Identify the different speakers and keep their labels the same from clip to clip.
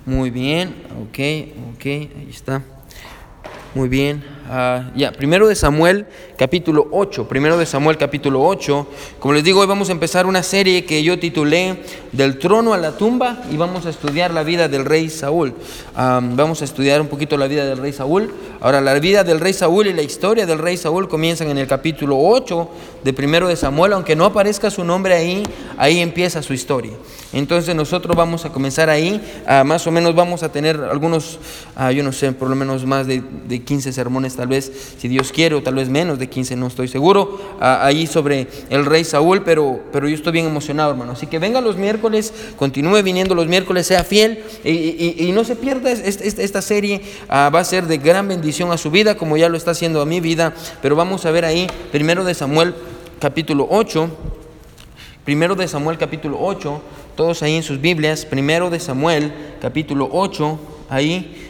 Speaker 1: Muy bien, ok, ahí está. Muy bien, Primero de Samuel capítulo 8, como les digo, hoy vamos a empezar una serie que yo titulé Del trono a la tumba y vamos a estudiar la vida del rey Saúl. Vamos a estudiar un poquito la vida del rey Saúl. Ahora, la vida del rey Saúl y la historia del rey Saúl comienzan en el capítulo 8 de Primero de Samuel, aunque no aparezca su nombre ahí empieza su historia. Entonces nosotros vamos a comenzar ahí, más o menos vamos a tener algunos, yo no sé, por lo menos más de 15 sermones tal vez, si Dios quiere, o tal vez menos de 15, no estoy seguro, ahí sobre el rey Saúl, pero yo estoy bien emocionado, hermano. Así que venga los miércoles, continúe viniendo los miércoles, sea fiel y no se pierda esta serie. Va a ser de gran bendición a su vida, como ya lo está haciendo a mi vida. Pero vamos a ver ahí, Primero de Samuel capítulo 8, todos ahí en sus Biblias, Primero de Samuel capítulo 8, ahí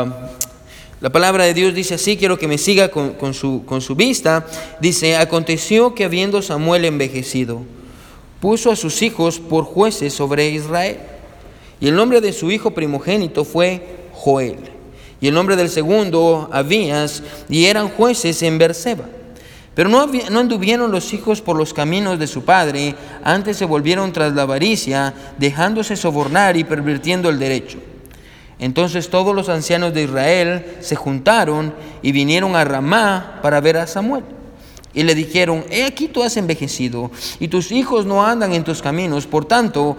Speaker 1: la palabra de Dios dice así, quiero que me siga con su vista. Dice: aconteció que habiendo Samuel envejecido, puso a sus hijos por jueces sobre Israel. Y el nombre de su hijo primogénito fue Joel, y el nombre del segundo Abías, y eran jueces en Beerseba. Pero no anduvieron los hijos por los caminos de su padre, antes se volvieron tras la avaricia, dejándose sobornar y pervirtiendo el derecho. Entonces todos los ancianos de Israel se juntaron y vinieron a Ramá para ver a Samuel. Y le dijeron: he aquí tú has envejecido, y tus hijos no andan en tus caminos. Por tanto,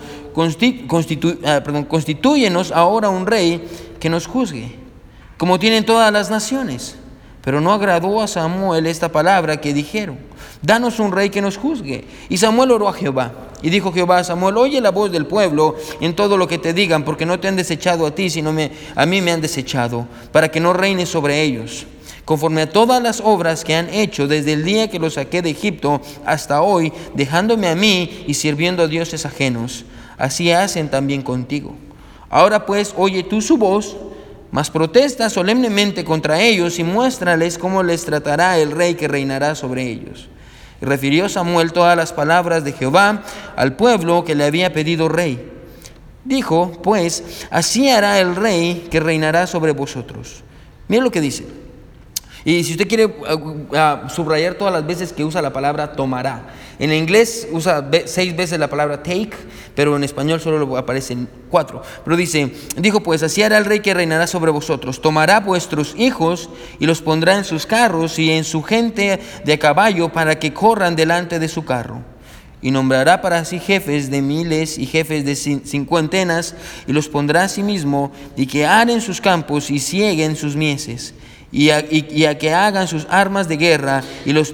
Speaker 1: constitúyenos ahora un rey que nos juzgue, como tienen todas las naciones. Pero no agradó a Samuel esta palabra que dijeron: danos un rey que nos juzgue. Y Samuel oró a Jehová. Y dijo Jehová a Samuel: oye la voz del pueblo en todo lo que te digan, porque no te han desechado a ti, sino a mí me han desechado, para que no reines sobre ellos, conforme a todas las obras que han hecho desde el día que los saqué de Egipto hasta hoy, dejándome a mí y sirviendo a dioses ajenos. Así hacen también contigo. Ahora pues, oye tú su voz, mas protesta solemnemente contra ellos y muéstrales cómo les tratará el rey que reinará sobre ellos. Y refirió Samuel todas las palabras de Jehová al pueblo que le había pedido rey. Dijo pues: así hará el rey que reinará sobre vosotros. Miren lo que dice. Y si usted quiere subrayar todas las veces que usa la palabra tomará. En inglés usa 6 veces la palabra take, pero en español solo aparecen 4. Pero dijo pues: así hará el rey que reinará sobre vosotros. Tomará vuestros hijos y los pondrá en sus carros y en su gente de a caballo, para que corran delante de su carro. Y nombrará para sí jefes de miles y jefes de cincuentenas, y los pondrá a sí mismo, y que aren sus campos y sieguen sus mieses, y a que hagan sus armas de guerra y los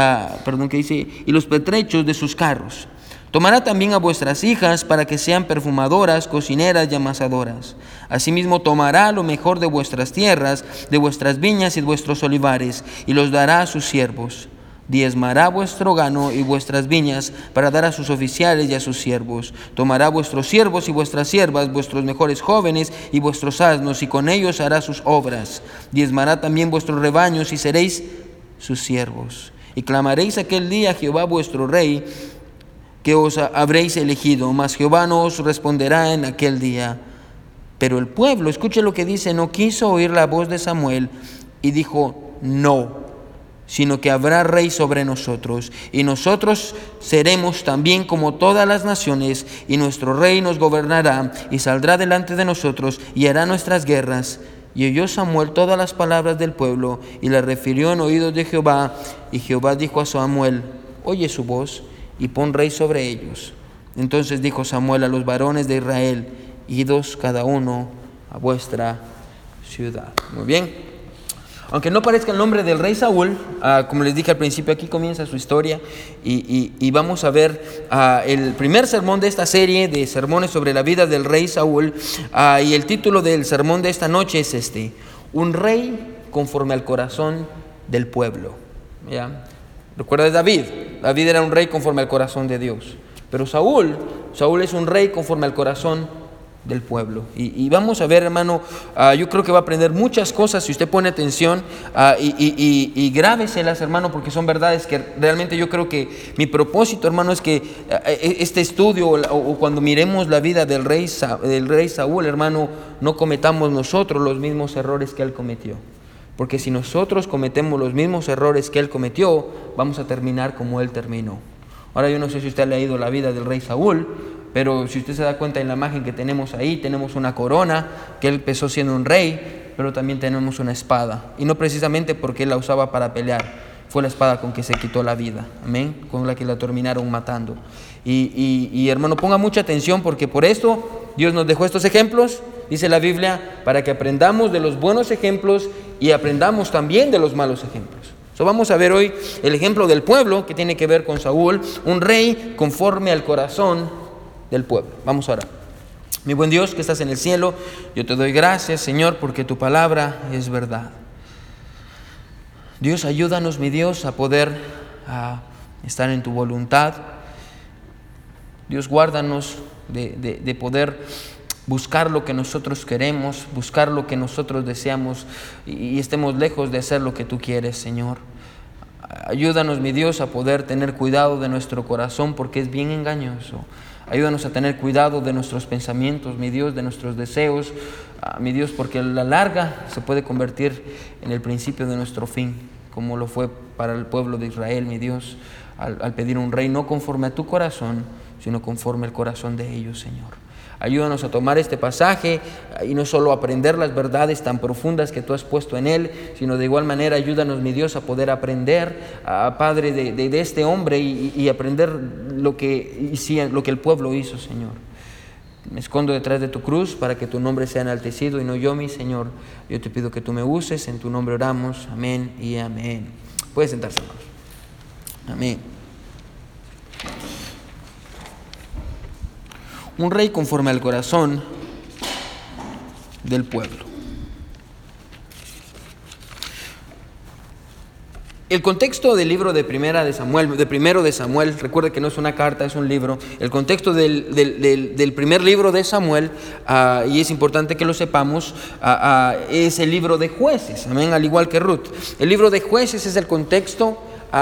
Speaker 1: pertrechos de sus carros. Tomará también a vuestras hijas para que sean perfumadoras, cocineras y amasadoras. Asimismo tomará lo mejor de vuestras tierras, de vuestras viñas y de vuestros olivares, y los dará a sus siervos. Diezmará vuestro gano y vuestras viñas para dar a sus oficiales y a sus siervos. Tomará vuestros siervos y vuestras siervas, vuestros mejores jóvenes y vuestros asnos, y con ellos hará sus obras. Diezmará también vuestros rebaños y seréis sus siervos. Y clamaréis aquel día a Jehová vuestro rey, que os habréis elegido, mas Jehová no os responderá en aquel día. Pero el pueblo, escuche lo que dice, no quiso oír la voz de Samuel y dijo: no, sino que habrá rey sobre nosotros, y nosotros seremos también como todas las naciones, y nuestro rey nos gobernará y saldrá delante de nosotros y hará nuestras guerras. Y oyó Samuel todas las palabras del pueblo y las refirió en oídos de Jehová. Y Jehová dijo a Samuel: oye su voz y pon rey sobre ellos. Entonces dijo Samuel a los varones de Israel: idos cada uno a vuestra ciudad. Muy bien. Aunque no aparezca el nombre del rey Saúl, como les dije al principio, aquí comienza su historia y vamos a ver el primer sermón de esta serie de sermones sobre la vida del rey Saúl. Y el título del sermón de esta noche es un rey conforme al corazón del pueblo. ¿Ya? Recuerda de David. David era un rey conforme al corazón de Dios. Pero Saúl es un rey conforme al corazón del pueblo. Y vamos a ver, hermano, yo creo que va a aprender muchas cosas si usted pone atención, y grábeselas, hermano, porque son verdades que realmente yo creo que mi propósito, hermano, es que este estudio o cuando miremos la vida del rey Saúl, hermano, no cometamos nosotros los mismos errores que él cometió. Porque si nosotros cometemos los mismos errores que él cometió, vamos a terminar como él terminó. Ahora, yo no sé si usted ha leído la vida del rey Saúl, pero si usted se da cuenta en la imagen que tenemos ahí, tenemos una corona, que él empezó siendo un rey, pero también tenemos una espada. Y no precisamente porque él la usaba para pelear, fue la espada con que se quitó la vida, amén, con la que la terminaron matando. Y hermano, ponga mucha atención, porque por esto Dios nos dejó estos ejemplos, dice la Biblia, para que aprendamos de los buenos ejemplos y aprendamos también de los malos ejemplos. Vamos a ver hoy el ejemplo del pueblo, que tiene que ver con Saúl, un rey conforme al corazón del pueblo. Vamos a orar. Mi buen Dios que estás en el cielo, yo te doy gracias, Señor, porque tu palabra es verdad. Dios, ayúdanos, mi Dios, a poder estar en tu voluntad. Dios, guárdanos de poder buscar lo que nosotros queremos, buscar lo que nosotros deseamos y estemos lejos de hacer lo que tú quieres, Señor. Ayúdanos, mi Dios, a poder tener cuidado de nuestro corazón, porque es bien engañoso. Ayúdanos a tener cuidado de nuestros pensamientos, mi Dios, de nuestros deseos, mi Dios, porque a la larga se puede convertir en el principio de nuestro fin, como lo fue para el pueblo de Israel, mi Dios, al pedir un rey no conforme a tu corazón, sino conforme al corazón de ellos, Señor. Ayúdanos a tomar este pasaje y no solo aprender las verdades tan profundas que tú has puesto en él, sino de igual manera ayúdanos, mi Dios, a poder aprender, Padre, de este hombre y aprender lo que el pueblo hizo, Señor. Me escondo detrás de tu cruz para que tu nombre sea enaltecido y no yo, mi Señor. Yo te pido que tú me uses, en tu nombre oramos, amén y amén. Puede sentarse, hermanos. Amén. Un rey conforme al corazón del pueblo. El contexto del libro de Primero de Samuel, recuerde que no es una carta, es un libro. El contexto del primer libro de Samuel, y es importante que lo sepamos, es el libro de Jueces, amén, al igual que Ruth. El libro de Jueces es el contexto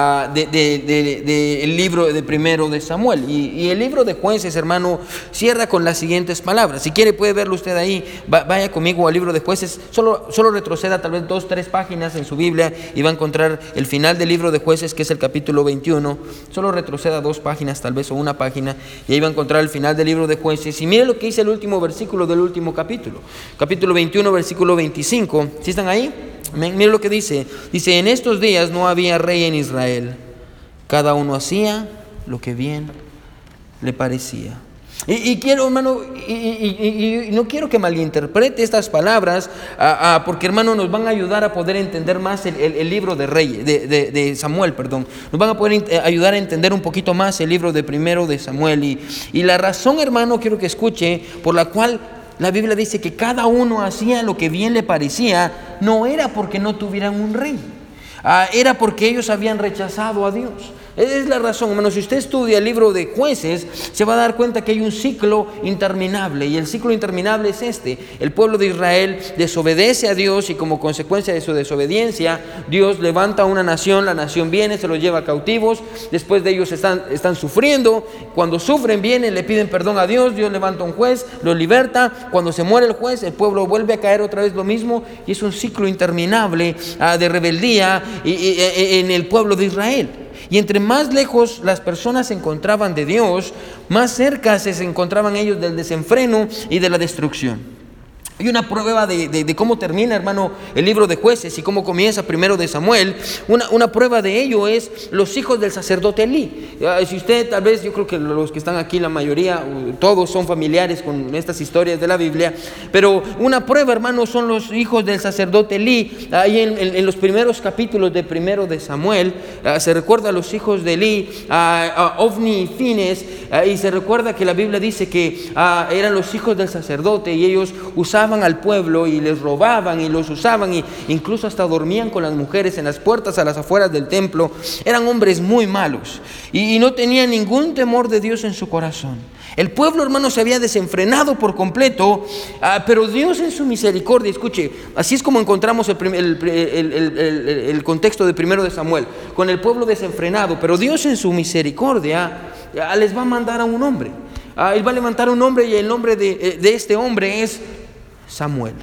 Speaker 1: el libro de Primero de Samuel, y el libro de Jueces, hermano, cierra con las siguientes palabras. Si quiere puede verlo usted ahí, vaya conmigo al libro de Jueces, solo retroceda tal vez 2-3 páginas en su Biblia y va a encontrar el final del libro de Jueces, que es el capítulo 21. Solo retroceda 2 páginas tal vez, o una página, y ahí va a encontrar el final del libro de Jueces. Y mire lo que dice el último versículo del último capítulo 21, versículo 25. ¿Sí están ahí? Mire lo que dice. Dice: en estos días no había rey en Israel, cada uno hacía lo que bien le parecía. Y quiero, hermano, y no quiero que malinterprete estas palabras, porque, hermano, nos van a ayudar a poder entender más el libro de Samuel, perdón. Nos van a poder ayudar a entender un poquito más el libro de Primero de Samuel. Y la razón, hermano, quiero que escuche, por la cual la Biblia dice que cada uno hacía lo que bien le parecía, no era porque no tuvieran un rey, era porque ellos habían rechazado a Dios. Es la razón, hermano. Si usted estudia el libro de Jueces, se va a dar cuenta que hay un ciclo interminable, y el ciclo interminable es este: el pueblo de Israel desobedece a Dios, y como consecuencia de su desobediencia, Dios levanta una nación, la nación viene, se los lleva cautivos, después de ellos están sufriendo, cuando sufren vienen, le piden perdón a Dios, Dios levanta un juez, los liberta, cuando se muere el juez, el pueblo vuelve a caer otra vez lo mismo, y es un ciclo interminable de rebeldía en el pueblo de Israel. Y entre más lejos las personas se encontraban de Dios, más cerca se encontraban ellos del desenfreno y de la destrucción. Hay una prueba de cómo termina, hermano, el libro de Jueces y cómo comienza Primero de Samuel. Una prueba de ello es los hijos del sacerdote Elí. Si usted, tal vez, yo creo que los que están aquí, la mayoría, todos son familiares con estas historias de la Biblia, pero una prueba, hermano, son los hijos del sacerdote Elí. Ahí en los primeros capítulos de Primero de Samuel se recuerda a los hijos de Elí, a Ofni y Fines, y se recuerda que la Biblia dice que eran los hijos del sacerdote, y ellos usaban al pueblo y les robaban y los usaban, e incluso hasta dormían con las mujeres en las puertas a las afueras del templo. Eran hombres muy malos y no tenían ningún temor de Dios en su corazón. El pueblo, hermano, se había desenfrenado por completo, pero Dios en su misericordia, escuche, así es como encontramos el contexto de 1 de Samuel, con el pueblo desenfrenado, pero Dios en su misericordia les va a mandar a un hombre. Él va a levantar un hombre y el nombre de este hombre es Samuel.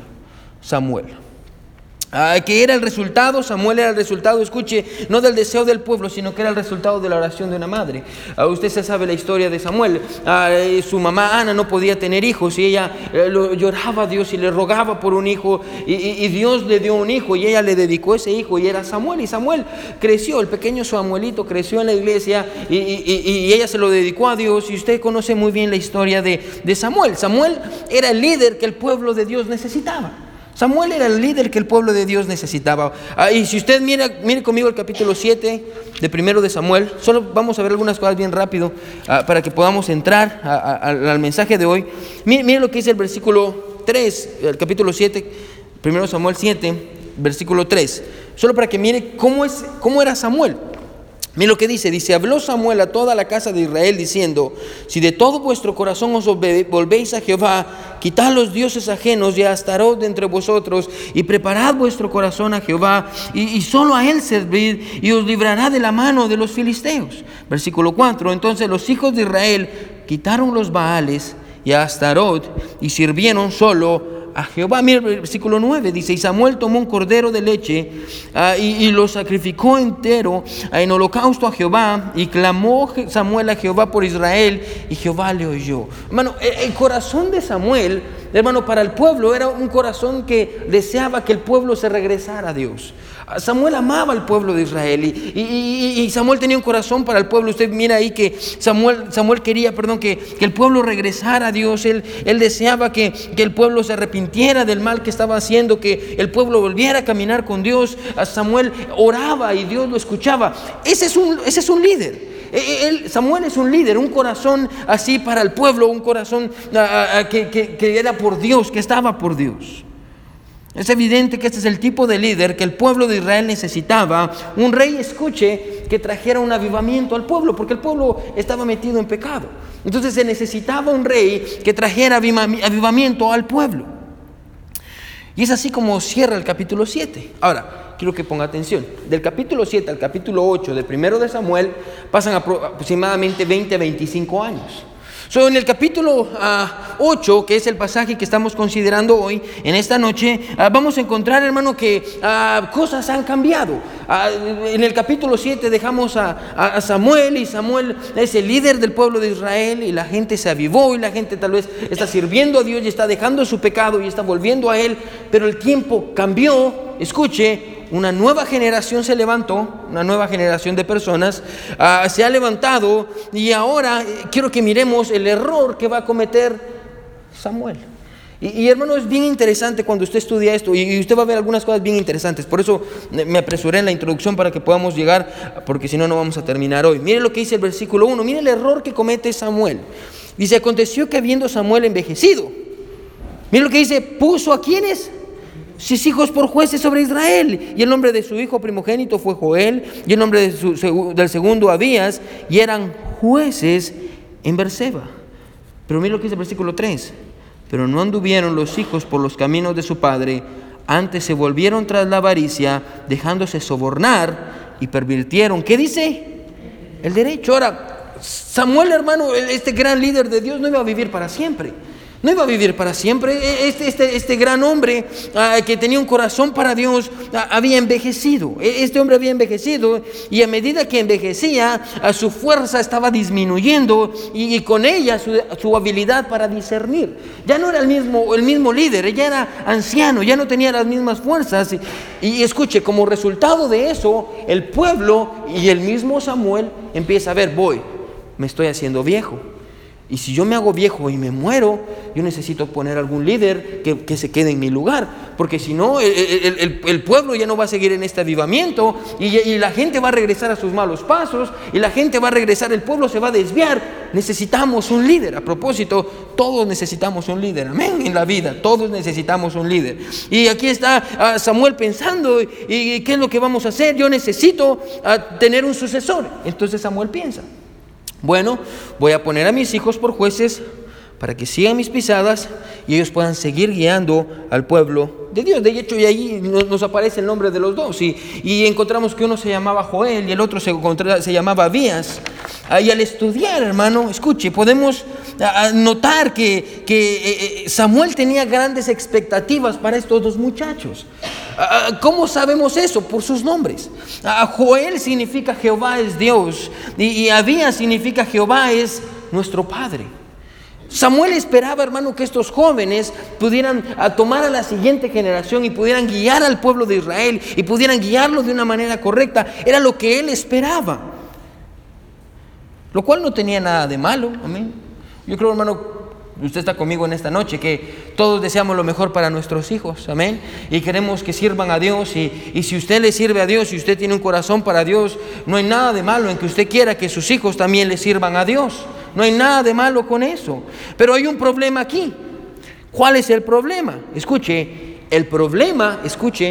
Speaker 1: Que era el resultado, Samuel era el resultado, escuche, no del deseo del pueblo, sino que era el resultado de la oración de una madre. Usted se sabe la historia de Samuel. Su mamá Ana no podía tener hijos y ella lloraba a Dios y le rogaba por un hijo y Dios le dio un hijo y ella le dedicó ese hijo y era Samuel. Y Samuel creció, el pequeño Samuelito creció en la iglesia y ella se lo dedicó a Dios. Y usted conoce muy bien la historia de Samuel. Samuel era el líder que el pueblo de Dios necesitaba. Samuel era el líder que el pueblo de Dios necesitaba. Y si usted mire conmigo el capítulo 7 de 1 de Samuel, solo vamos a ver algunas cosas bien rápido para que podamos entrar al mensaje de hoy. Mire lo que dice el versículo 3, el capítulo 7, 1 Samuel 7, versículo 3. Solo para que mire cómo era Samuel. Mire lo que dice, habló Samuel a toda la casa de Israel diciendo: si de todo vuestro corazón os volvéis a Jehová, quitad los dioses ajenos y a Astarot de entre vosotros, y preparad vuestro corazón a Jehová, y solo a él servid, y os librará de la mano de los filisteos. Versículo 4, entonces los hijos de Israel quitaron los Baales y a Astarot, y sirvieron solo a Jehová. Mira el versículo 9, dice: y Samuel tomó un cordero de leche y lo sacrificó entero en holocausto a Jehová, y clamó Samuel a Jehová por Israel, y Jehová le oyó. Hermano, el corazón de Samuel, hermano, para el pueblo era un corazón que deseaba que el pueblo se regresara a Dios. Samuel amaba al pueblo de Israel y Samuel tenía un corazón para el pueblo. Usted mira ahí que Samuel quería, que el pueblo regresara a Dios. Él deseaba que el pueblo se arrepintiera del mal que estaba haciendo, que el pueblo volviera a caminar con Dios. Samuel oraba y Dios lo escuchaba. Ese es un líder. Samuel es un líder, un corazón así para el pueblo, un corazón que era por Dios, que estaba por Dios. Es evidente que este es el tipo de líder que el pueblo de Israel necesitaba. Un rey, escuche, que trajera un avivamiento al pueblo, porque el pueblo estaba metido en pecado. Entonces se necesitaba un rey que trajera avivamiento al pueblo. Y es así como cierra el capítulo 7. Ahora, quiero que ponga atención. Del capítulo 7 al capítulo 8 de 1 de Samuel pasan aproximadamente 20-25 años. En el capítulo 8, que es el pasaje que estamos considerando hoy, en esta noche, vamos a encontrar, hermano, que cosas han cambiado. En el capítulo 7 dejamos a Samuel, y Samuel es el líder del pueblo de Israel, y la gente se avivó, y la gente tal vez está sirviendo a Dios y está dejando su pecado y está volviendo a Él, pero el tiempo cambió. Escuche, una nueva generación se levantó, una nueva generación de personas se ha levantado, y ahora quiero que miremos el error que va a cometer Samuel. Y hermano, es bien interesante cuando usted estudia esto, y usted va a ver algunas cosas bien interesantes. Por eso me apresuré en la introducción para que podamos llegar, porque si no, no vamos a terminar hoy. Mire lo que dice el versículo 1, mire el error que comete Samuel. Dice: aconteció que habiendo Samuel envejecido, mire lo que dice, puso a ¿quiénes? Sus hijos por jueces sobre Israel, y el nombre de su hijo primogénito fue Joel, y el nombre del segundo Abías, y eran jueces en Berseba. Pero mira lo que dice el versículo 3: pero no anduvieron los hijos por los caminos de su padre, antes se volvieron tras la avaricia, dejándose sobornar, y pervirtieron, ¿qué dice? El derecho. Ahora, Samuel, hermano, este gran líder de Dios, no iba a vivir para siempre. No iba a vivir para siempre. Este gran hombre que tenía un corazón para Dios había envejecido. Este hombre había envejecido, y a medida que envejecía, su fuerza estaba disminuyendo, y con ella su habilidad para discernir. Ya no era el mismo líder, ya era anciano, ya no tenía las mismas fuerzas. Y escuche, como resultado de eso, el pueblo y el mismo Samuel empieza a ver: me estoy haciendo viejo. Y si yo me hago viejo y me muero, yo necesito poner algún líder que se quede en mi lugar, porque si no, el pueblo ya no va a seguir en este avivamiento, y la gente va a regresar a sus malos pasos, y la gente va a regresar, el pueblo se va a desviar. Necesitamos un líder. A propósito, todos necesitamos un líder, amén, en la vida, todos necesitamos un líder. Y aquí está Samuel pensando: ¿y qué es lo que vamos a hacer? Yo necesito tener un sucesor. Entonces Samuel piensa: Bueno, voy a poner a mis hijos por jueces para que sigan mis pisadas y ellos puedan seguir guiando al pueblo de Dios. De hecho, y ahí nos aparece el nombre de los dos. Y encontramos que uno se llamaba Joel y el otro se llamaba Abías. Y al estudiar, hermano, escuche, podemos notar que Samuel tenía grandes expectativas para estos dos muchachos. ¿Cómo sabemos eso? Por sus nombres. Joel significa Jehová es Dios, y Abías significa Jehová es nuestro Padre. Samuel esperaba, hermano, que estos jóvenes pudieran tomar a la siguiente generación y pudieran guiar al pueblo de Israel y pudieran guiarlo de una manera correcta. Era lo que él esperaba, lo cual no tenía nada de malo. Amén. Yo creo, hermano, usted está conmigo en esta noche, que todos deseamos lo mejor para nuestros hijos, amén, y queremos que sirvan a Dios, y si usted le sirve a Dios, y usted tiene un corazón para Dios, no hay nada de malo en que usted quiera que sus hijos también le sirvan a Dios. No hay nada de malo con eso. Pero hay un problema aquí. ¿Cuál es el problema? Escuche, el problema,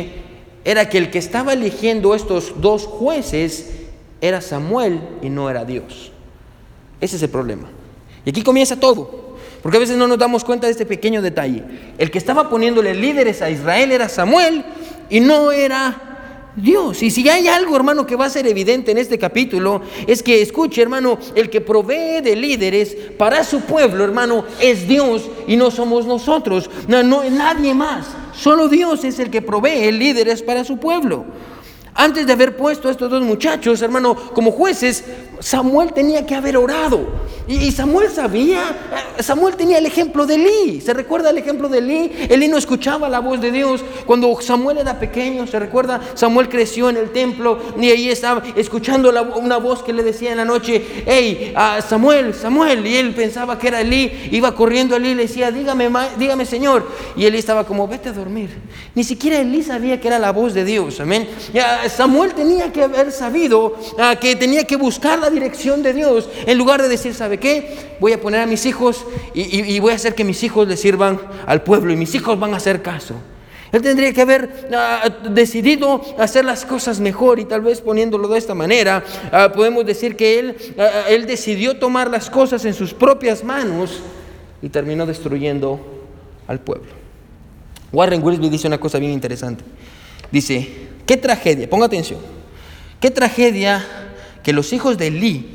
Speaker 1: era que el que estaba eligiendo estos dos jueces era Samuel y no era Dios. Ese es el problema. Y aquí comienza todo, porque a veces no nos damos cuenta de este pequeño detalle. El que estaba poniéndole líderes a Israel era Samuel y no era Dios. Y si hay algo, hermano, que va a ser evidente en este capítulo, es que, escuche, hermano, el que provee de líderes para su pueblo, hermano, es Dios y no somos nosotros. No es nadie más. Solo Dios es el que provee líderes para su pueblo. Antes de haber puesto a estos dos muchachos, hermano, como jueces, Samuel tenía que haber orado. Y Samuel Samuel tenía el ejemplo de Elí. ¿Se recuerda el ejemplo de Elí? Elí no escuchaba la voz de Dios. Cuando Samuel era pequeño, ¿se recuerda? Samuel creció en el templo y ahí estaba escuchando una voz que le decía en la noche: hey, Samuel, Samuel. Y él pensaba que era Elí, iba corriendo a Elí y le decía: dígame, Señor. Y Elí estaba como: vete a dormir. Ni siquiera Elí sabía que era la voz de Dios, amén. Samuel tenía que haber sabido que tenía que buscar la dirección de Dios, en lugar de decir: ¿sabe qué? Voy a poner a mis hijos y voy a hacer que mis hijos le sirvan al pueblo y mis hijos van a hacer caso. Él tendría que haber decidido hacer las cosas mejor, y tal vez poniéndolo de esta manera, podemos decir que él decidió tomar las cosas en sus propias manos y terminó destruyendo al pueblo. Warren Wiersbe dice una cosa bien interesante. Dice: qué tragedia, ponga atención, qué tragedia que los hijos de Elí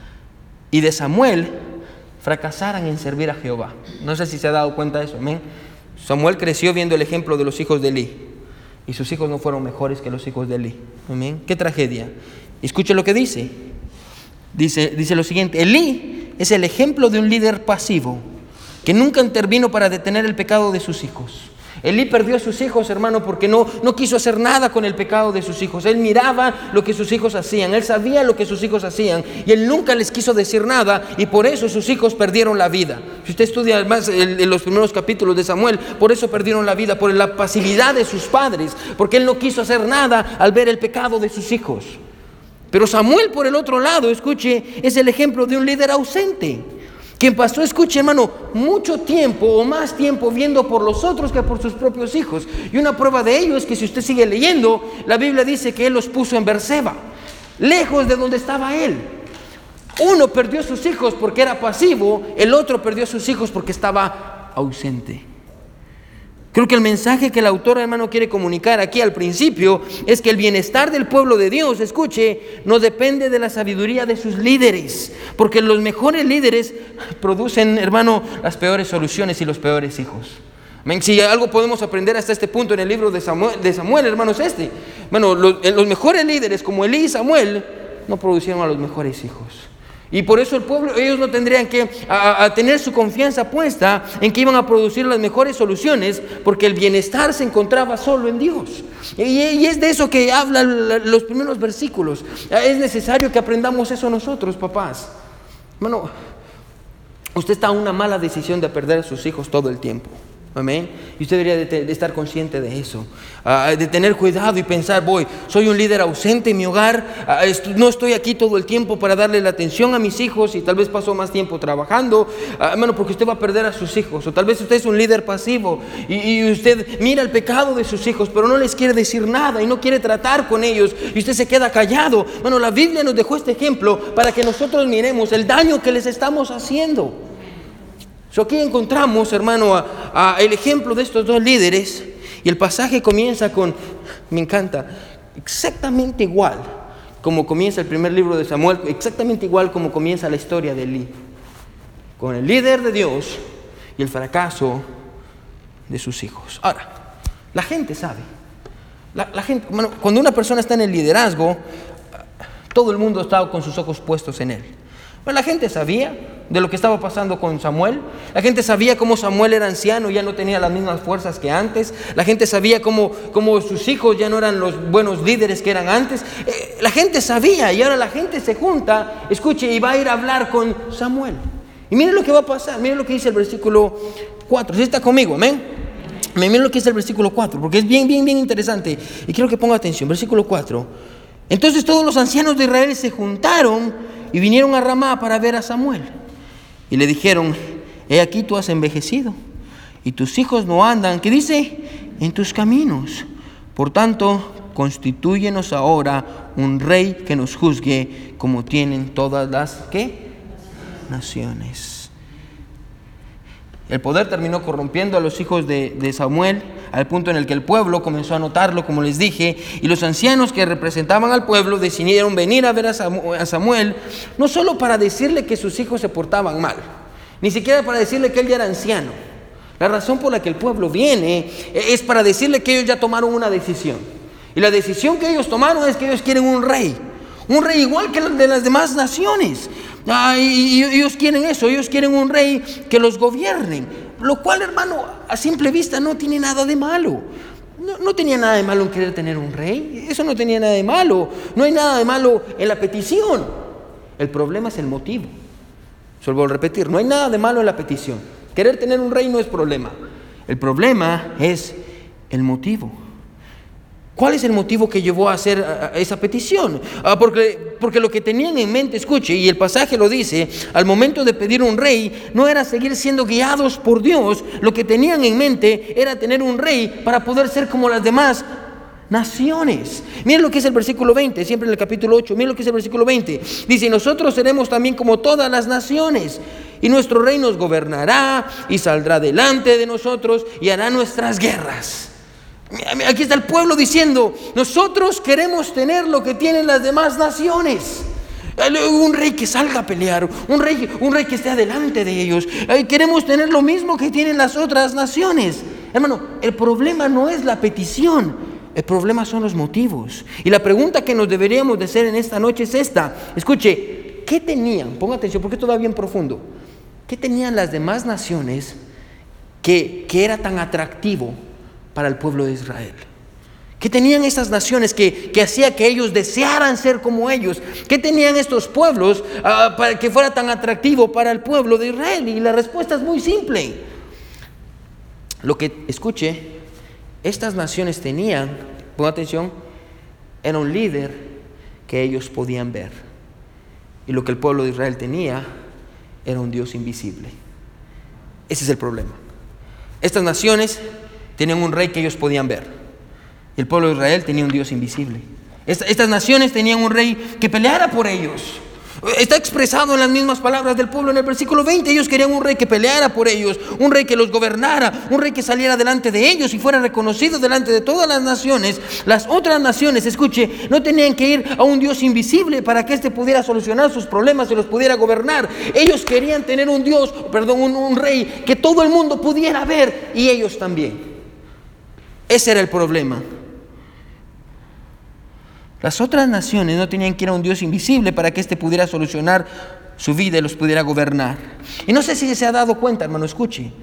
Speaker 1: y de Samuel fracasaran en servir a Jehová. No sé si se ha dado cuenta de eso, amén. Samuel creció viendo el ejemplo de los hijos de Elí y sus hijos no fueron mejores que los hijos de Elí, amén. Qué tragedia. Escuche lo que dice lo siguiente: Elí es el ejemplo de un líder pasivo que nunca intervino para detener el pecado de sus hijos. Elí perdió a sus hijos, hermano, porque no quiso hacer nada con el pecado de sus hijos. Él miraba lo que sus hijos hacían, él sabía lo que sus hijos hacían y él nunca les quiso decir nada, y por eso sus hijos perdieron la vida. Si usted estudia además en los primeros capítulos de Samuel, por eso perdieron la vida, por la pasividad de sus padres, porque él no quiso hacer nada al ver el pecado de sus hijos. Pero Samuel, por el otro lado, escuche, es el ejemplo de un líder ausente, quien pasó, escuche, hermano, mucho tiempo o más tiempo viendo por los otros que por sus propios hijos. Y una prueba de ello es que si usted sigue leyendo, la Biblia dice que él los puso en Berseba, lejos de donde estaba él. Uno perdió a sus hijos porque era pasivo, el otro perdió a sus hijos porque estaba ausente. Creo que el mensaje que el autor, hermano, quiere comunicar aquí al principio es que el bienestar del pueblo de Dios, escuche, no depende de la sabiduría de sus líderes, porque los mejores líderes producen, hermano, las peores soluciones y los peores hijos. Si algo podemos aprender hasta este punto en el libro de Samuel, hermanos, los mejores líderes como Elí y Samuel no producieron a los mejores hijos. Y por eso el pueblo, ellos no tendrían que tener su confianza puesta en que iban a producir las mejores soluciones, porque el bienestar se encontraba solo en Dios. Y es de eso que hablan los primeros versículos. Es necesario que aprendamos eso nosotros, papás. Hermano, usted está a una mala decisión de perder a sus hijos todo el tiempo. Amén. Y usted debería de estar consciente de eso, de tener cuidado y pensar, soy un líder ausente en mi hogar, no estoy aquí todo el tiempo para darle la atención a mis hijos, y tal vez paso más tiempo trabajando, hermano, porque usted va a perder a sus hijos. O tal vez usted es un líder pasivo y usted mira el pecado de sus hijos, pero no les quiere decir nada y no quiere tratar con ellos, y usted se queda callado. Bueno, la Biblia nos dejó este ejemplo para que nosotros miremos el daño que les estamos haciendo. Aquí encontramos, hermano, el ejemplo de estos dos líderes, y el pasaje comienza con, me encanta, exactamente igual como comienza el primer libro de Samuel, exactamente igual como comienza la historia de Elí, con el líder de Dios y el fracaso de sus hijos. Ahora, la gente sabe, la gente, bueno, cuando una persona está en el liderazgo, todo el mundo estaba con sus ojos puestos en él. Bueno, la gente sabía de lo que estaba pasando con Samuel. La gente sabía cómo Samuel era anciano y ya no tenía las mismas fuerzas que antes. La gente sabía cómo sus hijos ya no eran los buenos líderes que eran antes. La gente sabía, y ahora la gente se junta, escuche, y va a ir a hablar con Samuel. Y miren lo que va a pasar, miren lo que dice el versículo 4. ¿Sí está conmigo? Amén. Miren lo que dice el versículo 4, porque es bien interesante, y quiero que ponga atención. Versículo 4. Entonces todos los ancianos de Israel se juntaron y vinieron a Ramá para ver a Samuel. Y le dijeron: he aquí tú has envejecido, y tus hijos no andan, ¿qué dice? En tus caminos. Por tanto, constitúyenos ahora un rey que nos juzgue como tienen todas las, ¿qué? Naciones. El poder terminó corrompiendo a los hijos de Samuel, al punto en el que el pueblo comenzó a notarlo, como les dije, y los ancianos que representaban al pueblo decidieron venir a ver a Samuel, no solo para decirle que sus hijos se portaban mal, ni siquiera para decirle que él ya era anciano. La razón por la que el pueblo viene es para decirle que ellos ya tomaron una decisión, y la decisión que ellos tomaron es que ellos quieren un rey igual que el de las demás naciones. Y ellos quieren eso, ellos quieren un rey que los gobierne, lo cual, hermano, a simple vista no tiene nada de malo. No tenía nada de malo en querer tener un rey, eso no tenía nada de malo. No hay nada de malo en la petición. El problema es el motivo. Vuelvo a repetir, no hay nada de malo en la petición. Querer tener un rey no es problema. El problema es el motivo. ¿Cuál es el motivo que llevó a hacer esa petición? Porque lo que tenían en mente, escuche, y el pasaje lo dice, al momento de pedir un rey, no era seguir siendo guiados por Dios. Lo que tenían en mente era tener un rey para poder ser como las demás naciones. Miren lo que es el versículo 20, siempre en el capítulo 8, miren lo que es el versículo 20. Dice: nosotros seremos también como todas las naciones, y nuestro rey nos gobernará y saldrá delante de nosotros y hará nuestras guerras. Aquí está el pueblo diciendo: nosotros queremos tener lo que tienen las demás naciones. Un rey que salga a pelear, un rey que esté adelante de ellos. Queremos tener lo mismo que tienen las otras naciones. Hermano, el problema no es la petición, el problema son los motivos. Y la pregunta que nos deberíamos de hacer en esta noche es esta. Escuche, ¿qué tenían? Ponga atención porque esto va bien profundo. ¿Qué tenían las demás naciones que era tan atractivo para el pueblo de Israel? ¿Qué tenían estas naciones que hacía que ellos desearan ser como ellos? ¿Qué tenían estos pueblos para que fuera tan atractivo para el pueblo de Israel? Y la respuesta es muy simple. Escuche, estas naciones tenían, ponga atención, era un líder que ellos podían ver. Y lo que el pueblo de Israel tenía era un Dios invisible. Ese es el problema. Estas naciones tenían un rey que ellos podían ver, y el pueblo de Israel tenía un Dios invisible. Estas naciones tenían un rey que peleara por ellos. Está expresado en las mismas palabras del pueblo en el versículo 20. Ellos querían un rey que peleara por ellos, un rey que los gobernara, un rey que saliera delante de ellos y fuera reconocido delante de todas las naciones. Las otras naciones, escuche, no tenían que ir a un Dios invisible para que éste pudiera solucionar sus problemas y los pudiera gobernar. Ellos querían tener un rey que todo el mundo pudiera ver, y ellos también. Ese era el problema. Las otras naciones no tenían que ir a un Dios invisible para que éste pudiera solucionar su vida y los pudiera gobernar. Y no sé si se ha dado cuenta, hermano, escuche.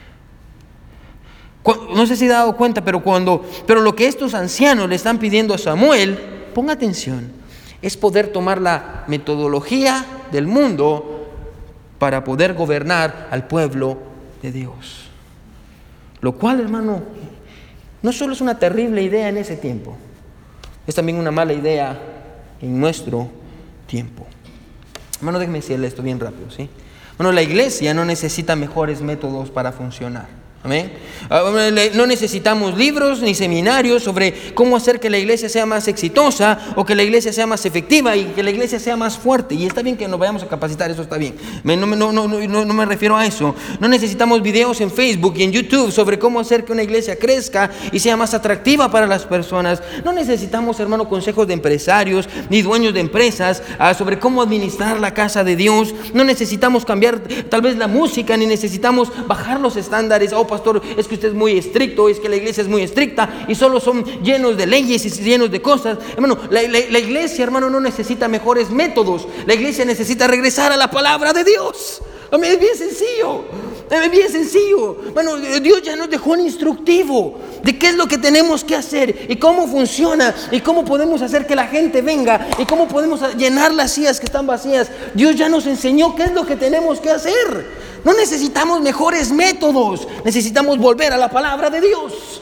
Speaker 1: No sé si se ha dado cuenta, pero lo que estos ancianos le están pidiendo a Samuel, ponga atención, es poder tomar la metodología del mundo para poder gobernar al pueblo de Dios. Lo cual, hermano, no solo es una terrible idea en ese tiempo, es también una mala idea en nuestro tiempo. Hermano, déjeme decirle esto bien rápido, ¿sí? Bueno, la iglesia no necesita mejores métodos para funcionar. Amén. No necesitamos libros ni seminarios sobre cómo hacer que la iglesia sea más exitosa o que la iglesia sea más efectiva y que la iglesia sea más fuerte. Y está bien que nos vayamos a capacitar, eso está bien. No me refiero a eso. No necesitamos videos en Facebook y en YouTube sobre cómo hacer que una iglesia crezca y sea más atractiva para las personas. No necesitamos, hermano, consejos de empresarios ni dueños de empresas sobre cómo administrar la casa de Dios. No necesitamos cambiar tal vez la música, ni necesitamos bajar los estándares. Oh, pastor, es que usted es muy estricto, es que la iglesia es muy estricta y solo son llenos de leyes y llenos de cosas. Hermano, la iglesia, hermano, no necesita mejores métodos. La iglesia necesita regresar a la palabra de Dios. Es bien sencillo. Es bien sencillo. Bueno, Dios ya nos dejó un instructivo de qué es lo que tenemos que hacer y cómo funciona y cómo podemos hacer que la gente venga y cómo podemos llenar las sillas que están vacías. Dios ya nos enseñó qué es lo que tenemos que hacer. No necesitamos mejores métodos, necesitamos volver a la palabra de Dios.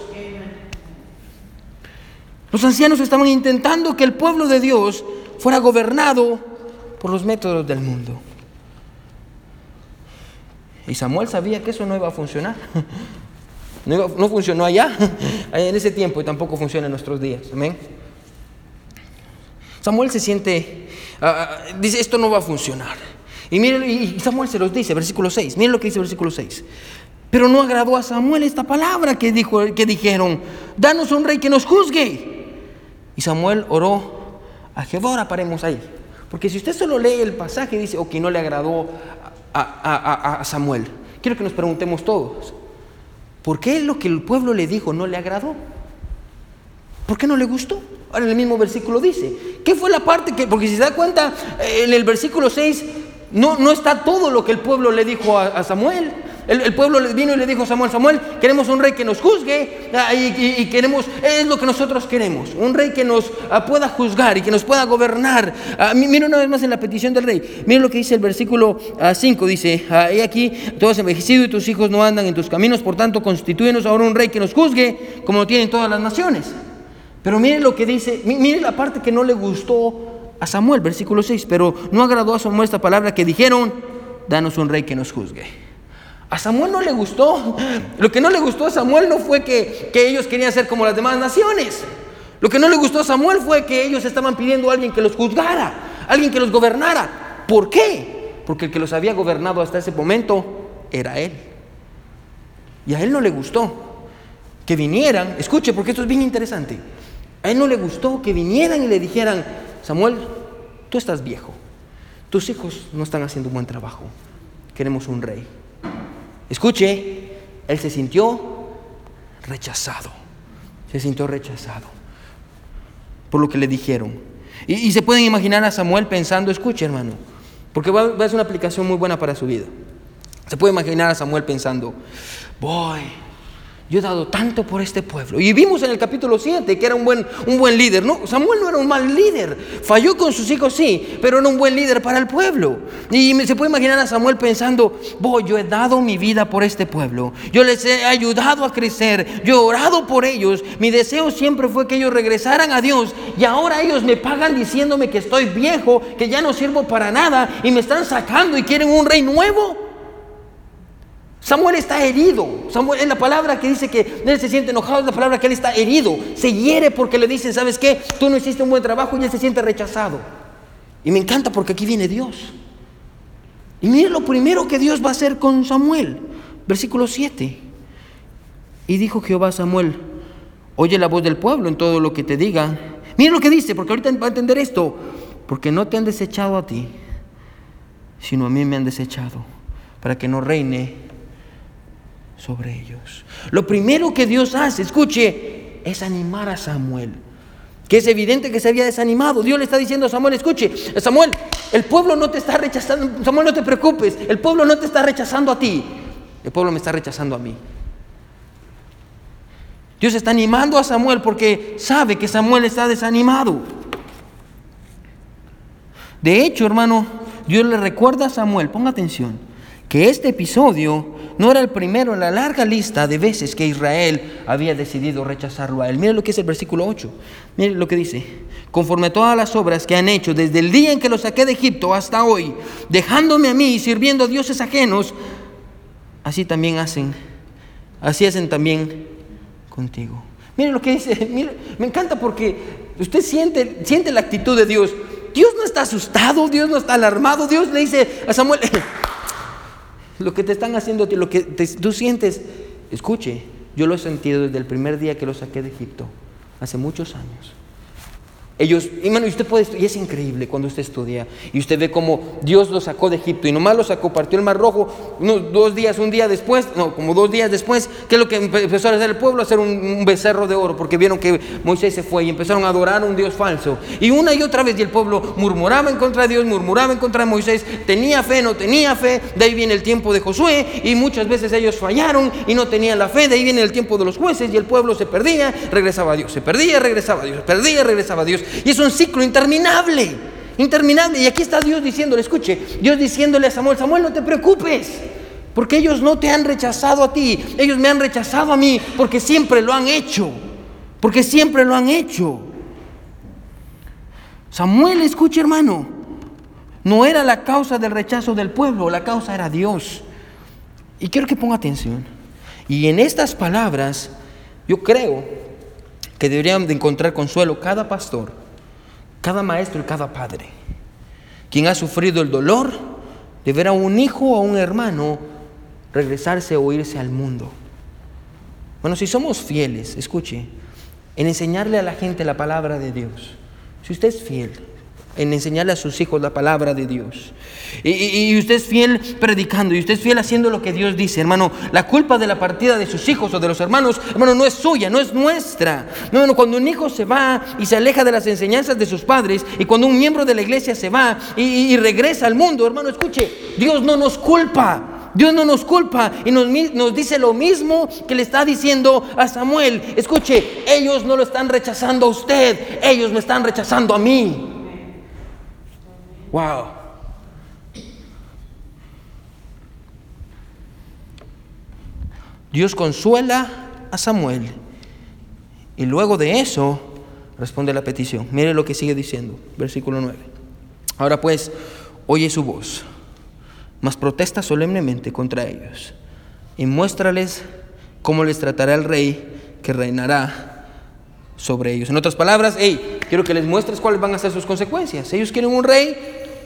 Speaker 1: Los ancianos estaban intentando que el pueblo de Dios fuera gobernado por los métodos del mundo. Y Samuel sabía que eso no iba a funcionar. No funcionó allá, en ese tiempo, y tampoco funciona en nuestros días. Amén. Samuel se siente, dice, esto no va a funcionar. Y Samuel se los dice, versículo 6. Miren lo que dice versículo 6. Pero no agradó a Samuel esta palabra que dijeron: danos un rey que nos juzgue. Y Samuel oró a Jehová. Ahora paremos ahí, porque si usted solo lee el pasaje, dice, ok, no le agradó a Samuel. Quiero que nos preguntemos todos, ¿por qué lo que el pueblo le dijo no le agradó? ¿Por qué no le gustó? Ahora en el mismo versículo dice, ¿qué fue la parte que? Porque si se da cuenta, en el versículo 6 no está todo lo que el pueblo le dijo a Samuel. El pueblo vino y le dijo a Samuel: Samuel, queremos un rey que nos juzgue y queremos, es lo que nosotros queremos, un rey que nos pueda juzgar y que nos pueda gobernar. Miren una vez más en la petición del rey. Miren lo que dice el versículo 5, dice: he aquí, tú has envejecido y tus hijos no andan en tus caminos, por tanto constitúyenos ahora un rey que nos juzgue como lo tienen todas las naciones. Pero miren lo que dice, miren la parte que no le gustó a Samuel, versículo 6. Pero no agradó a Samuel esta palabra que dijeron: danos un rey que nos juzgue. A Samuel no le gustó. Lo que no le gustó a Samuel no fue que ellos querían ser como las demás naciones. Lo que no le gustó a Samuel fue que ellos estaban pidiendo a alguien que los juzgara, alguien que los gobernara. ¿Por qué? Porque el que los había gobernado hasta ese momento era él. Y a él no le gustó que vinieran. Escuche, porque esto es bien interesante. A él no le gustó que vinieran y le dijeran: Samuel, tú estás viejo, tus hijos no están haciendo un buen trabajo, queremos un rey. Escuche, él se sintió rechazado por lo que le dijeron. Y se pueden imaginar a Samuel pensando, escuche, hermano, porque va a ser una aplicación muy buena para su vida. Se puede imaginar a Samuel pensando: yo he dado tanto por este pueblo. Y vimos en el capítulo 7 que era un buen líder. No, Samuel no era un mal líder. Falló con sus hijos, sí, pero era un buen líder para el pueblo. Y se puede imaginar a Samuel pensando: yo he dado mi vida por este pueblo. Yo les he ayudado a crecer. Yo he orado por ellos. Mi deseo siempre fue que ellos regresaran a Dios. Y ahora ellos me pagan diciéndome que estoy viejo, que ya no sirvo para nada, y me están sacando y quieren un rey nuevo. Samuel está herido. Samuel, es la palabra que dice que él se siente enojado, es la palabra que él está herido. Se hiere porque le dicen: ¿sabes qué? Tú no hiciste un buen trabajo, y él se siente rechazado. Y me encanta porque aquí viene Dios. Y mire lo primero que Dios va a hacer con Samuel. Versículo 7. Y dijo Jehová a Samuel: oye la voz del pueblo en todo lo que te diga. Mire lo que dice, porque ahorita va a entender esto. Porque no te han desechado a ti, sino a mí me han desechado, para que no reine sobre ellos. Lo primero que Dios hace, escuche, es animar a Samuel, que es evidente que se había desanimado. Dios le está diciendo a Samuel: escuche, Samuel, el pueblo no te está rechazando. Samuel, no te preocupes, el pueblo no te está rechazando a ti, el pueblo me está rechazando a mí. Dios está animando a Samuel porque sabe que Samuel está desanimado. De hecho, hermano, Dios le recuerda a Samuel, ponga atención, que este episodio no era el primero en la larga lista de veces que Israel había decidido rechazarlo a él. Mire lo que es el versículo 8. Mire lo que dice: conforme a todas las obras que han hecho desde el día en que los saqué de Egipto hasta hoy, dejándome a mí y sirviendo a dioses ajenos, así hacen también contigo. Mire lo que dice. Mire, me encanta porque usted siente la actitud de Dios. Dios no está asustado, Dios no está alarmado. Dios le dice a Samuel: lo que te están haciendo, lo que tú sientes, escuche, yo lo he sentido desde el primer día que lo saqué de Egipto, hace muchos años. Ellos, hermano, y usted puede estudiar, y es increíble cuando usted estudia y usted ve cómo Dios los sacó de Egipto y nomás los sacó, partió el Mar Rojo, como 2 días después, ¿qué es lo que empezó a hacer el pueblo? A hacer un becerro de oro, porque vieron que Moisés se fue y empezaron a adorar a un Dios falso. Y una y otra vez, y el pueblo murmuraba en contra de Dios, murmuraba en contra de Moisés, tenía fe, no tenía fe. De ahí viene el tiempo de Josué, y muchas veces ellos fallaron y no tenían la fe. De ahí viene el tiempo de los jueces, y el pueblo se perdía, regresaba a Dios, se perdía, regresaba a Dios, se perdía, regresaba a Dios. Y es un ciclo interminable. Y aquí está Dios diciéndole, escuche, Dios diciéndole a Samuel: Samuel, no te preocupes, porque ellos no te han rechazado a ti, ellos me han rechazado a mí, porque siempre lo han hecho. Samuel, escuche, hermano, no era la causa del rechazo del pueblo, la causa era Dios. Y quiero que ponga atención. Y en estas palabras yo creo que deberían de encontrar consuelo cada pastor, cada maestro y cada padre, quien ha sufrido el dolor de ver a un hijo o a un hermano regresarse o irse al mundo. Bueno, si somos fieles, escuche, en enseñarle a la gente la palabra de Dios, si usted es fiel en enseñarle a sus hijos la palabra de Dios, y usted es fiel predicando, y usted es fiel haciendo lo que Dios dice, hermano, la culpa de la partida de sus hijos o de los hermanos, hermano, no es suya, no es nuestra. No, hermano, cuando un hijo se va y se aleja de las enseñanzas de sus padres, y cuando un miembro de la iglesia se va y regresa al mundo, hermano, escuche, Dios no nos culpa. Dios no nos culpa y nos dice lo mismo que le está diciendo a Samuel. Escuche, ellos no lo están rechazando a usted, ellos me están rechazando a mí. Wow. Dios consuela a Samuel y luego de eso responde la petición. Mire lo que sigue diciendo, versículo 9. Ahora pues, oye su voz, mas protesta solemnemente contra ellos y muéstrales cómo les tratará el rey que reinará sobre ellos. En otras palabras, quiero que les muestres cuáles van a ser sus consecuencias. Ellos quieren un rey,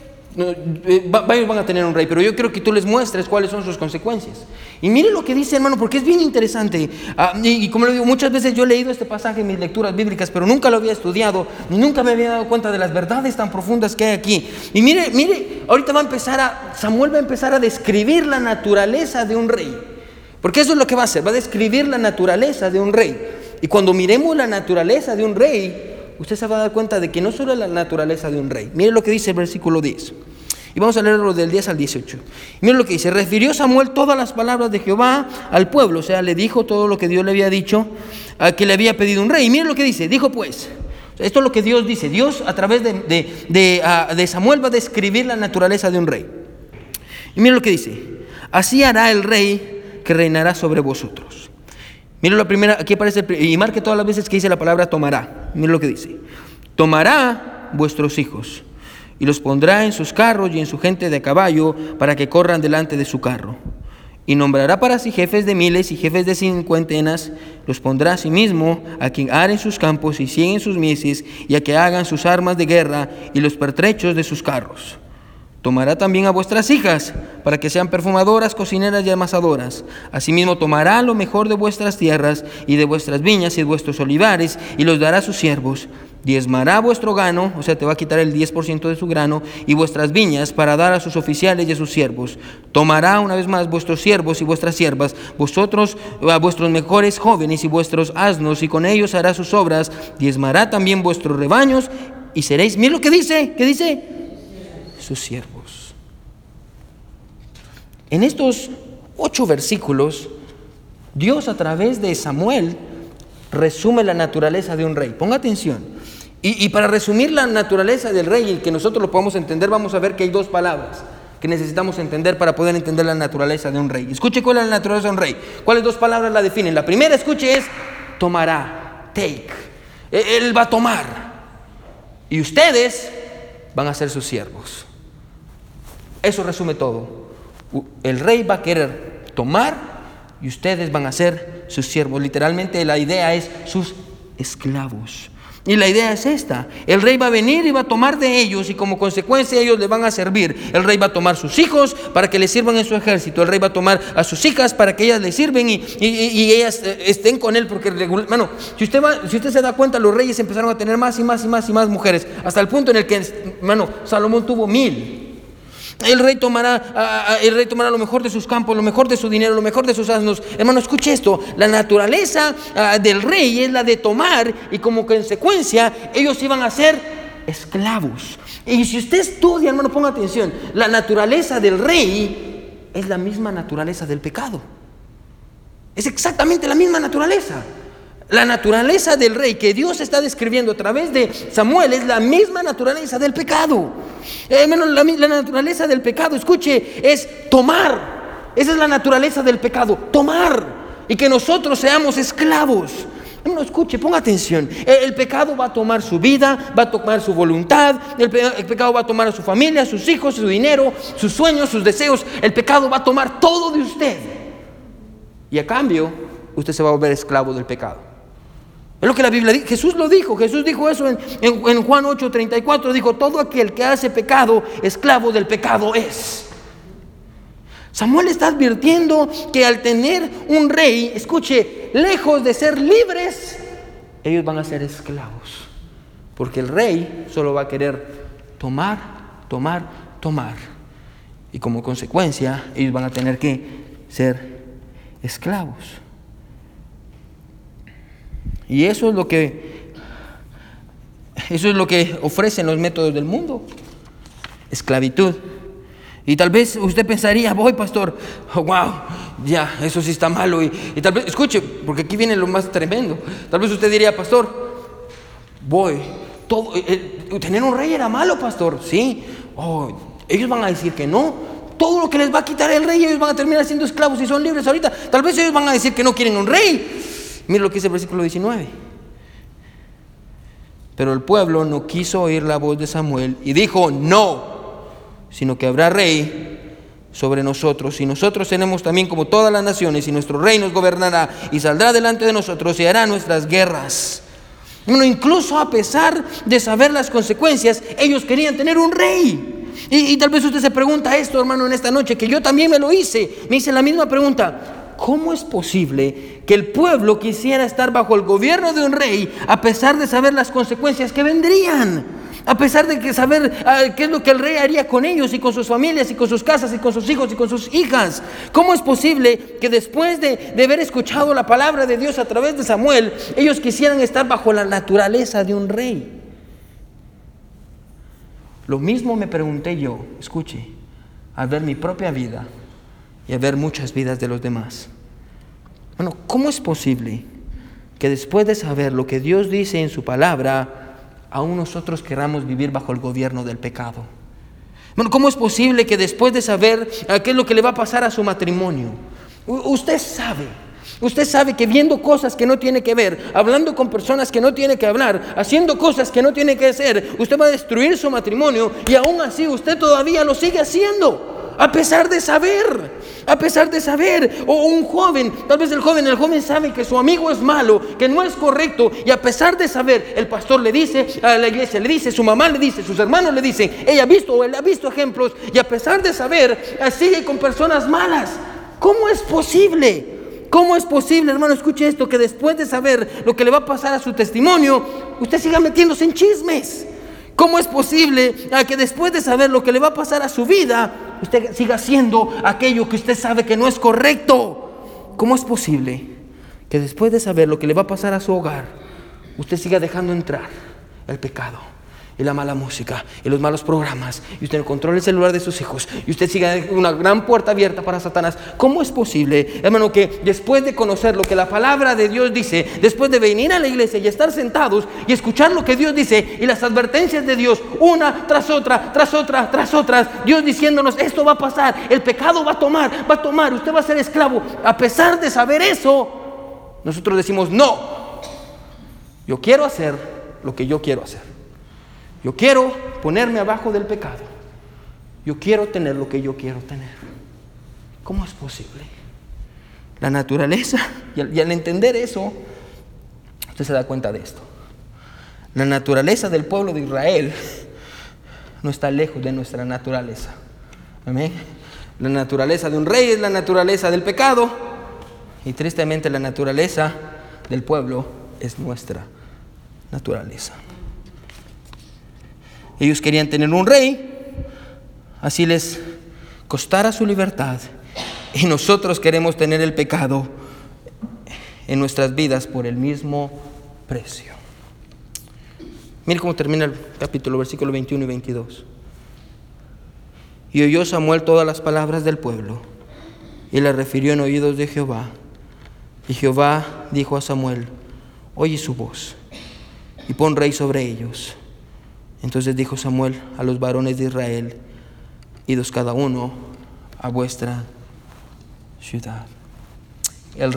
Speaker 1: ellos van a tener un rey, pero yo quiero que tú les muestres cuáles son sus consecuencias. Y mire lo que dice, hermano, porque es bien interesante. Y como le digo, muchas veces yo he leído este pasaje en mis lecturas bíblicas, pero nunca lo había estudiado, ni nunca me había dado cuenta de las verdades tan profundas que hay aquí. Y mire, ahorita Samuel va a empezar a describir la naturaleza de un rey, porque eso es lo que va a hacer, va a describir la naturaleza de un rey. Y cuando miremos la naturaleza de un rey, usted se va a dar cuenta de que no solo es la naturaleza de un rey. Mire lo que dice el versículo 10. Y vamos a leerlo del 10 al 18. Mire lo que dice: refirió Samuel todas las palabras de Jehová al pueblo. O sea, le dijo todo lo que Dios le había dicho, que le había pedido un rey. Y mire lo que dice: dijo pues, esto es lo que Dios dice. Dios a través de Samuel va a describir la naturaleza de un rey. Y mire lo que dice: así hará el rey que reinará sobre vosotros. Mire la primera, aquí aparece, y marque todas las veces que dice la palabra tomará. Mire lo que dice: tomará vuestros hijos y los pondrá en sus carros y en su gente de caballo para que corran delante de su carro. Y nombrará para sí jefes de miles y jefes de cincuentenas, los pondrá a sí mismo, a quien aren sus campos y cieguen sus mieses, y a que hagan sus armas de guerra y los pertrechos de sus carros. Tomará también a vuestras hijas, para que sean perfumadoras, cocineras y amasadoras. Asimismo tomará lo mejor de vuestras tierras y de vuestras viñas y de vuestros olivares, y los dará a sus siervos. Diezmará vuestro grano, o sea, te va a quitar el 10% de su grano, y vuestras viñas para dar a sus oficiales y a sus siervos. Tomará una vez más vuestros siervos y vuestras siervas, vosotros, a vuestros mejores jóvenes y vuestros asnos, y con ellos hará sus obras. Diezmará también vuestros rebaños, y seréis, mira lo que dice, ¿qué dice? Sus siervos. En estos 8 versículos, Dios a través de Samuel resume la naturaleza de un rey. Ponga atención. Y para resumir la naturaleza del rey y que nosotros lo podamos entender, vamos a ver que hay 2 palabras. que necesitamos entender para poder entender la naturaleza de un rey. Escuche cuál es la naturaleza de un rey. ¿Cuáles dos palabras la definen? La primera, escuche, es tomará, take. Él va a tomar. Y ustedes van a ser sus siervos. Eso resume todo. El rey va a querer tomar y ustedes van a ser sus siervos. Literalmente la idea es sus esclavos. Y la idea es esta: el rey va a venir y va a tomar de ellos, y como consecuencia ellos le van a servir. El rey va a tomar sus hijos para que le sirvan en su ejército. El rey va a tomar a sus hijas para que ellas le sirven y ellas estén con él. Porque, hermano, si usted se da cuenta, los reyes empezaron a tener más y más mujeres, hasta el punto en el que, hermano, Salomón tuvo 1000. El rey tomará lo mejor de sus campos, lo mejor de su dinero, lo mejor de sus asnos. Hermano, escuche esto: la naturaleza del rey es la de tomar, y como consecuencia ellos iban a ser esclavos. Y si usted estudia, hermano, ponga atención, la naturaleza del rey es la misma naturaleza del pecado. Es exactamente la misma naturaleza. La naturaleza del rey que Dios está describiendo a través de Samuel es la misma naturaleza del pecado. La naturaleza del pecado, escuche, es tomar. Esa es la naturaleza del pecado, tomar. Y que nosotros seamos esclavos. No, escuche, ponga atención. El pecado va a tomar su vida, va a tomar su voluntad. El pecado va a tomar a su familia, a sus hijos, su dinero, sus sueños, sus deseos. El pecado va a tomar todo de usted. Y a cambio, usted se va a volver esclavo del pecado. Es lo que la Biblia dice. Jesús lo dijo. Jesús dijo eso en Juan 8:34. Dijo: todo aquel que hace pecado, esclavo del pecado es. Samuel está advirtiendo que al tener un rey, escuche, lejos de ser libres, ellos van a ser esclavos. Porque el rey solo va a querer tomar. Y como consecuencia, ellos van a tener que ser esclavos. Y eso es lo que ofrecen los métodos del mundo: esclavitud. Y tal vez usted pensaría: voy, pastor, wow, ya, eso sí está malo. Y tal vez, escuche, porque aquí viene lo más tremendo. Tal vez usted diría: pastor, tener un rey era malo, pastor. Sí, ellos van a decir que no. Todo lo que les va a quitar el rey, ellos van a terminar siendo esclavos y son libres ahorita. Tal vez ellos van a decir que no quieren un rey. Mira lo que dice el versículo 19. Pero el pueblo no quiso oír la voz de Samuel y dijo: no, sino que habrá rey sobre nosotros, y nosotros seremos también como todas las naciones, y nuestro rey nos gobernará y saldrá delante de nosotros y hará nuestras guerras. Bueno, incluso a pesar de saber las consecuencias, ellos querían tener un rey. Y tal vez usted se pregunta esto, hermano, en esta noche, que yo también me lo hice. Me hice la misma pregunta: ¿cómo es posible que el pueblo quisiera estar bajo el gobierno de un rey a pesar de saber las consecuencias que vendrían? A pesar de saber qué es lo que el rey haría con ellos y con sus familias y con sus casas y con sus hijos y con sus hijas. ¿Cómo es posible que después de haber escuchado la palabra de Dios a través de Samuel, ellos quisieran estar bajo la naturaleza de un rey? Lo mismo me pregunté yo, escuche, al ver mi propia vida y a ver muchas vidas de los demás. Bueno, ¿cómo es posible que después de saber lo que Dios dice en su palabra, aún nosotros queramos vivir bajo el gobierno del pecado? Bueno, ¿cómo es posible que después de saber qué es lo que le va a pasar a su matrimonio, usted sabe que viendo cosas que no tiene que ver, hablando con personas que no tiene que hablar, haciendo cosas que no tiene que hacer, usted va a destruir su matrimonio, y aún así usted todavía lo sigue haciendo? A pesar de saber, o un joven, tal vez el joven sabe que su amigo es malo, que no es correcto, y a pesar de saber, el pastor le dice, a la iglesia le dice, su mamá le dice, sus hermanos le dicen, ella ha visto o él ha visto ejemplos, y a pesar de saber, sigue con personas malas. ¿Cómo es posible? ¿Cómo es posible, hermano? Escuche esto, que después de saber lo que le va a pasar a su testimonio, usted siga metiéndose en chismes. ¿Cómo es posible que después de saber lo que le va a pasar a su vida, usted siga haciendo aquello que usted sabe que no es correcto? ¿Cómo es posible que después de saber lo que le va a pasar a su hogar, usted siga dejando entrar el pecado? y la mala música y los malos programas, y usted controla el celular de sus hijos, y usted sigue una gran puerta abierta para Satanás. ¿Cómo es posible, hermano, que después de conocer lo que la palabra de Dios dice, después de venir a la iglesia y estar sentados y escuchar lo que Dios dice y las advertencias de Dios, una tras otra, tras otra, tras otras, Dios diciéndonos, esto va a pasar, el pecado va a tomar, usted va a ser esclavo? A pesar de saber eso, nosotros decimos, no, yo quiero hacer lo que yo quiero hacer. Yo quiero ponerme abajo del pecado. Yo quiero tener lo que yo quiero tener. ¿Cómo es posible? La naturaleza, y al entender eso, usted se da cuenta de esto. La naturaleza del pueblo de Israel no está lejos de nuestra naturaleza. Amén. La naturaleza de un rey es la naturaleza del pecado, y tristemente la naturaleza del pueblo es nuestra naturaleza. Ellos querían tener un rey, así les costara su libertad, y nosotros queremos tener el pecado en nuestras vidas por el mismo precio. Mire cómo termina el capítulo, versículo 21 y 22. Y oyó Samuel todas las palabras del pueblo, y las refirió en oídos de Jehová. Y Jehová dijo a Samuel, oye su voz, y pon rey sobre ellos. Entonces dijo Samuel a los varones de Israel, idos cada uno a vuestra ciudad. El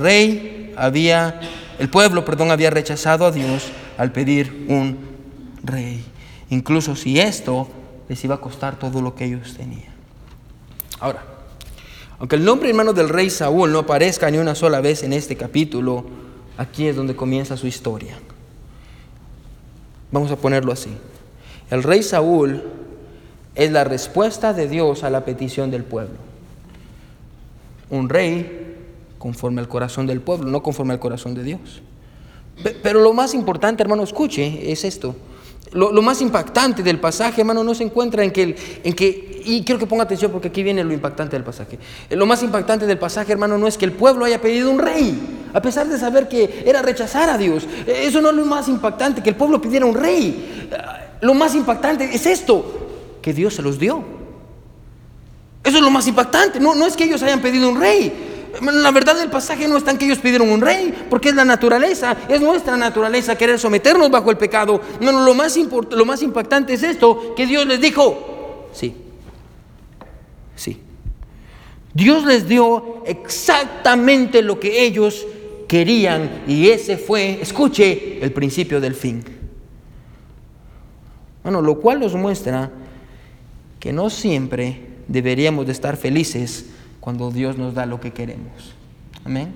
Speaker 1: pueblo había rechazado a Dios al pedir un rey, incluso si esto les iba a costar todo lo que ellos tenían. Ahora, aunque el nombre, hermano, del rey Saúl no aparezca ni una sola vez en este capítulo, aquí es donde comienza su historia. Vamos a ponerlo así. El rey Saúl es la respuesta de Dios a la petición del pueblo. Un rey conforme al corazón del pueblo, no conforme al corazón de Dios. Pero lo más importante, hermano, escuche, es esto. Lo más impactante del pasaje, hermano, no se encuentra en que, y quiero que ponga atención porque aquí viene lo impactante del pasaje. Lo más impactante del pasaje, hermano, no es que el pueblo haya pedido un rey, a pesar de saber que era rechazar a Dios. Eso no es lo más impactante, que el pueblo pidiera un rey. Lo más impactante es esto, que Dios se los dio. Eso es lo más impactante. No es que ellos hayan pedido un rey. La verdad del pasaje no está en que ellos pidieron un rey, porque es la naturaleza, es nuestra naturaleza querer someternos bajo el pecado. No, lo más impactante es esto, que Dios les dijo, sí. Dios les dio exactamente lo que ellos querían, y ese fue, escuche, el principio del fin. Bueno, lo cual nos muestra que no siempre deberíamos de estar felices cuando Dios nos da lo que queremos. Amén.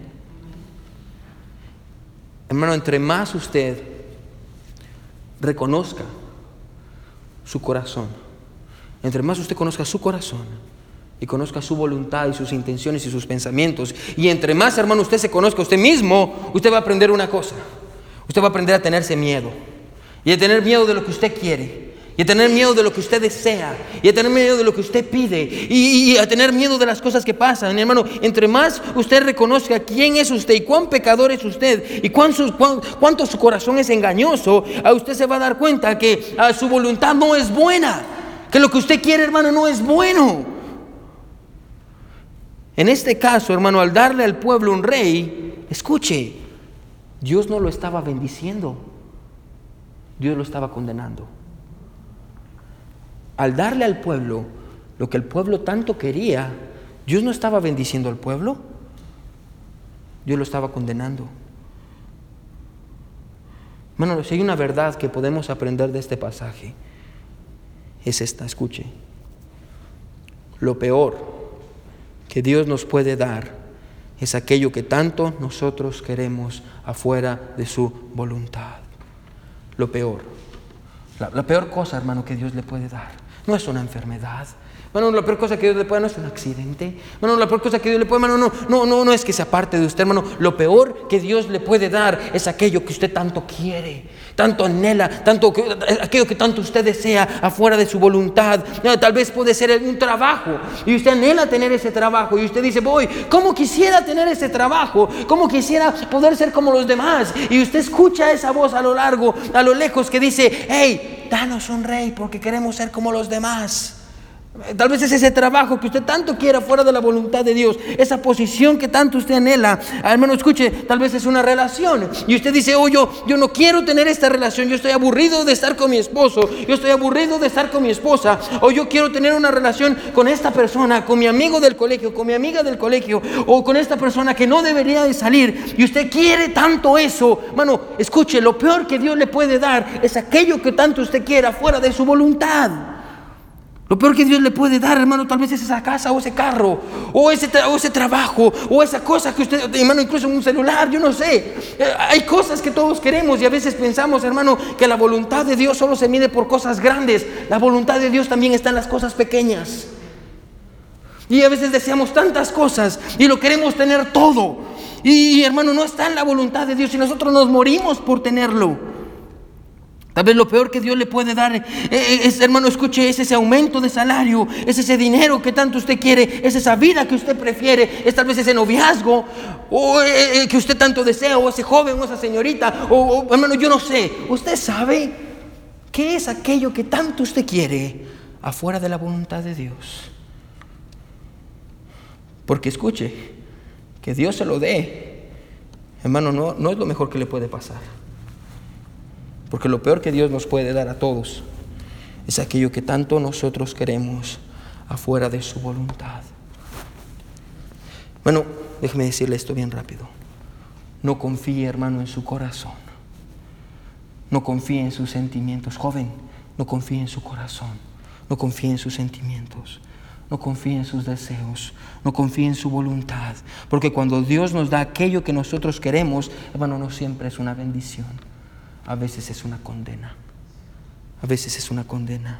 Speaker 1: Hermano, entre más usted reconozca su corazón, entre más usted conozca su corazón y conozca su voluntad y sus intenciones y sus pensamientos, y entre más, hermano, usted se conozca a usted mismo, usted va a aprender una cosa. Usted va a aprender a tenerse miedo, y a tener miedo de lo que usted quiere, y a tener miedo de lo que usted desea, y a tener miedo de lo que usted pide, y a tener miedo de las cosas que pasan. Hermano, entre más usted reconozca quién es usted y cuán pecador es usted y cuánto su corazón es engañoso, a usted se va a dar cuenta que su voluntad no es buena, que lo que usted quiere, hermano, no es bueno. En este caso, hermano, al darle al pueblo un rey, escuche, Dios no lo estaba bendiciendo, Dios lo estaba condenando. Al darle al pueblo lo que el pueblo tanto quería, Dios no estaba bendiciendo al pueblo, Dios lo estaba condenando. Bueno, si hay una verdad que podemos aprender de este pasaje, es esta, escuche. Lo peor que Dios nos puede dar es aquello que tanto nosotros queremos afuera de su voluntad. Lo peor, la peor cosa, hermano, que Dios le puede dar no es una enfermedad. Bueno, la peor cosa que Dios le puede dar no es un accidente. Bueno, la peor cosa que Dios le puede dar, hermano, no es que se aparte de usted, hermano. Lo peor que Dios le puede dar es aquello que usted tanto quiere, tanto anhela, aquello que tanto usted desea afuera de su voluntad. Tal vez puede ser un trabajo y usted anhela tener ese trabajo y usted dice, ¿cómo quisiera tener ese trabajo? ¿Cómo quisiera poder ser como los demás? Y usted escucha esa voz a lo lejos que dice, hey, danos un rey porque queremos ser como los demás. Tal vez es ese trabajo que usted tanto quiera fuera de la voluntad de Dios, esa posición que tanto usted anhela. Hermano, escuche, tal vez es una relación y usted dice, yo no quiero tener esta relación, yo estoy aburrido de estar con mi esposo, yo estoy aburrido de estar con mi esposa, o yo quiero tener una relación con esta persona, con mi amigo del colegio, con mi amiga del colegio, o con esta persona que no debería de salir, y usted quiere tanto eso. Hermano, escuche, lo peor que Dios le puede dar es aquello que tanto usted quiera fuera de su voluntad. Lo peor que Dios le puede dar, hermano, tal vez es esa casa o ese carro o ese trabajo o esa cosa que usted, hermano, incluso un celular, yo no sé. Hay cosas que todos queremos y a veces pensamos, hermano, que la voluntad de Dios solo se mide por cosas grandes. La voluntad de Dios también está en las cosas pequeñas. Y a veces deseamos tantas cosas y lo queremos tener todo. Y hermano, no está en la voluntad de Dios y nosotros nos morimos por tenerlo. Tal vez lo peor que Dios le puede dar es, hermano, escuche, es ese aumento de salario, es ese dinero que tanto usted quiere, es esa vida que usted prefiere, es tal vez ese noviazgo o que usted tanto desea, o ese joven o esa señorita, o hermano, yo no sé. ¿Usted sabe qué es aquello que tanto usted quiere afuera de la voluntad de Dios? Porque escuche, que Dios se lo dé, hermano, no es lo mejor que le puede pasar. Porque lo peor que Dios nos puede dar a todos es aquello que tanto nosotros queremos afuera de su voluntad. Bueno, déjeme decirle esto bien rápido. No confíe, hermano, en su corazón. No confíe en sus sentimientos. Joven, no confíe en su corazón. No confíe en sus sentimientos. No confíe en sus deseos. No confíe en su voluntad. Porque cuando Dios nos da aquello que nosotros queremos, hermano, no siempre es una bendición. A veces es una condena. A veces es una condena.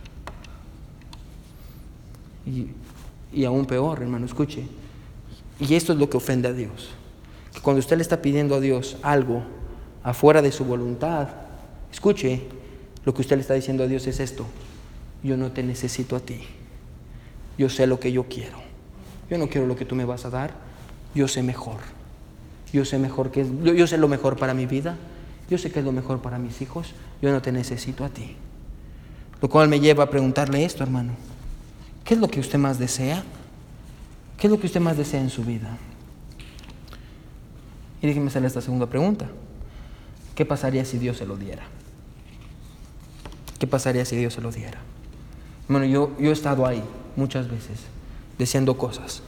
Speaker 1: Y aún peor, hermano, escuche. Y esto es lo que ofende a Dios. Que cuando usted le está pidiendo a Dios algo afuera de su voluntad, escuche, lo que usted le está diciendo a Dios es esto: yo no te necesito a ti. Yo sé lo que yo quiero. Yo no quiero lo que tú me vas a dar. Yo sé mejor. Yo sé lo mejor para mi vida. Yo sé que es lo mejor para mis hijos. Yo no te necesito a ti. Lo cual me lleva a preguntarle esto, hermano. ¿Qué es lo que usted más desea? ¿Qué es lo que usted más desea en su vida? Y déjeme hacerle esta segunda pregunta. ¿Qué pasaría si Dios se lo diera? ¿Qué pasaría si Dios se lo diera? Hermano, yo he estado ahí muchas veces, deseando cosas.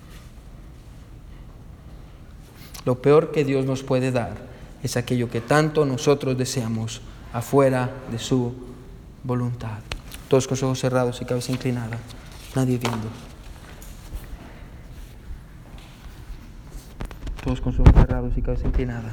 Speaker 1: Lo peor que Dios nos puede dar es aquello que tanto nosotros deseamos afuera de su voluntad. Todos con los ojos cerrados y cabeza inclinada, nadie viendo. Todos con los ojos cerrados y cabeza inclinada.